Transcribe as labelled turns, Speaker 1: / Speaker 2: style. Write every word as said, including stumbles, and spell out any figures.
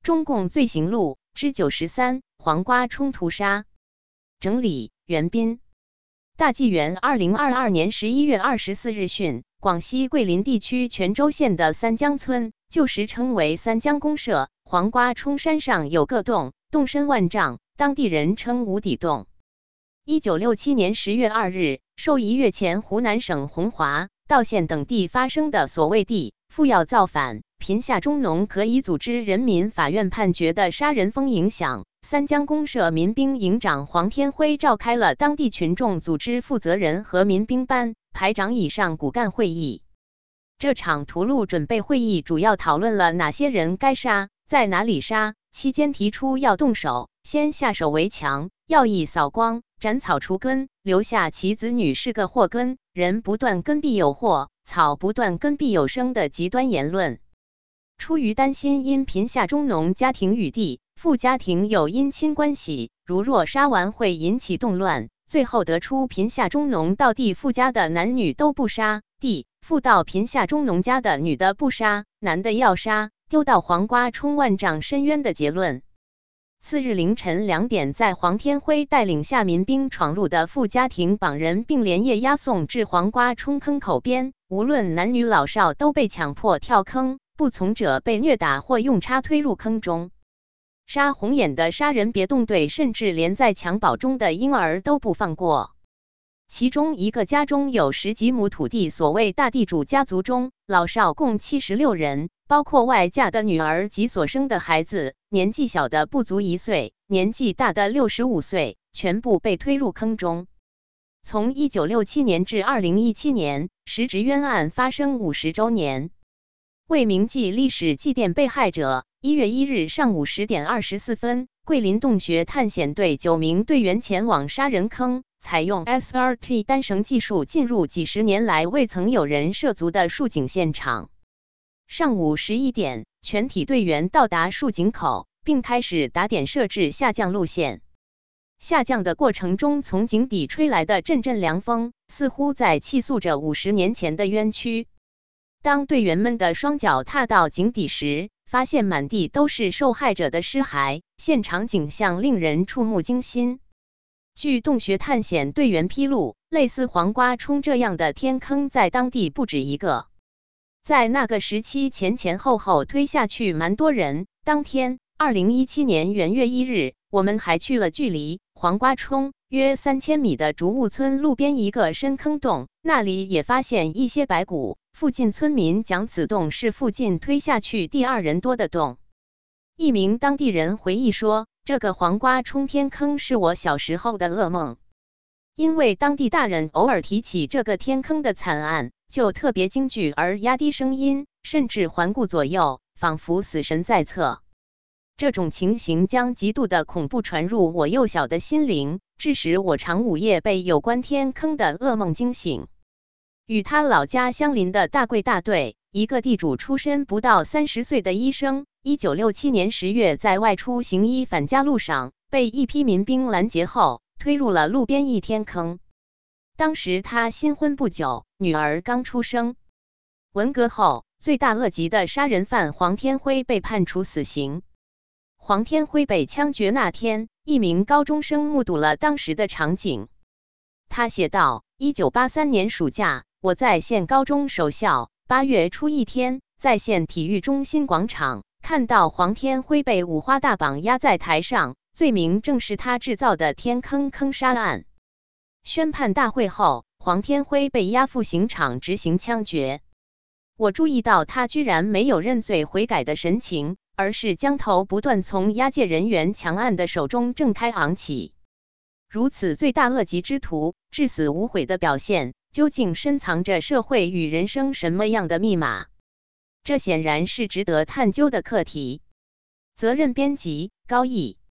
Speaker 1: 中共罪行录之九十三，黄瓜冲屠杀。整理：袁斌。大纪元二零二二年十一月二十四日讯，广西桂林地区全州县的三江村，旧时称为三江公社，黄瓜冲山上有个洞，洞深万丈，当地人称无底洞。一九六七年十月二日，受一月前湖南省洪华、道县等地发生的所谓地富要造反、贫下中农可以组织人民法院判决的杀人风影响，三江公社民兵营长黄天辉召开了当地群众组织负责人和民兵班排长以上骨干会议。这场屠戮准备会议主要讨论了哪些人该杀，在哪里杀，期间提出要动手，先下手为强，要以扫光、斩草除根，留下其子女是个祸根，人不断根必有祸，草不断根必有生的极端言论。出于担心因贫下中农家庭与地富家庭有姻亲关系，如若杀完会引起动乱，最后得出贫下中农到地富家的男女都不杀，地富到贫下中农家的女的不杀，男的要杀，丢到黄瓜冲万丈深渊的结论。次日凌晨两点，在黄天辉带领下民兵闯入的富家庭绑人，并连夜押送至黄瓜冲坑口边，无论男女老少都被强迫跳坑，不从者被虐打或用叉推入坑中。杀红眼的杀人别动队甚至连在襁褓中的婴儿都不放过。其中一个家中有十几亩土地，所谓大地主家族中，老少共七十六人，包括外嫁的女儿及所生的孩子，年纪小的不足一岁，年纪大的六十五岁，全部被推入坑中。从一九六七年至二零一七年，时值冤案发生五十周年。为铭记历史祭奠被害者，一月一日上午十点二十四分，桂林洞穴探险队九名队员前往杀人坑，采用 S R T 单绳技术进入几十年来未曾有人涉足的竖井现场。上午十一点，全体队员到达竖井口，并开始打点设置下降路线。下降的过程中，从井底吹来的阵阵凉风，似乎在泣诉着五十年前的冤屈。当队员们的双脚踏到井底时，发现满地都是受害者的尸骸，现场景象令人触目惊心。据洞穴探险队员披露，类似黄瓜冲这样的天坑在当地不止一个。在那个时期前前后后推下去蛮多人。当天，二零一七年元月一日，我们还去了距离黄瓜冲约三千米的竹雾村路边一个深坑洞，那里也发现一些白骨。附近村民讲此洞是附近推下去第二人多的洞。一名当地人回忆说，这个黄瓜冲天坑是我小时候的噩梦，因为当地大人偶尔提起这个天坑的惨案，就特别惊惧而压低声音，甚至环顾左右，仿佛死神在侧。这种情形将极度的恐怖传入我幼小的心灵，致使我常午夜被有关天坑的噩梦惊醒。与他老家相邻的大贵大队，一个地主出身不到三十岁的医生，一九六七年十月在外出行医返家路上，被一批民兵拦截后，推入了路边一天坑。当时他新婚不久，女儿刚出生。文革后，罪大恶极的杀人犯黄天辉被判处死刑。黄天辉被枪决那天，一名高中生目睹了当时的场景。他写道：一九八三年暑假，我在县高中守校，八月初一天，在县体育中心广场看到黄天辉被五花大绑压在台上，罪名正是他制造的天坑坑杀案。宣判大会后，黄天辉被押赴刑场执行枪决。我注意到他居然没有认罪悔改的神情，而是将头不断从押解人员强按的手中挣开昂起。如此罪大恶极之徒，至死无悔的表现，究竟深藏着社会与人生什么样的密码？这显然是值得探究的课题。责任编辑：高毅。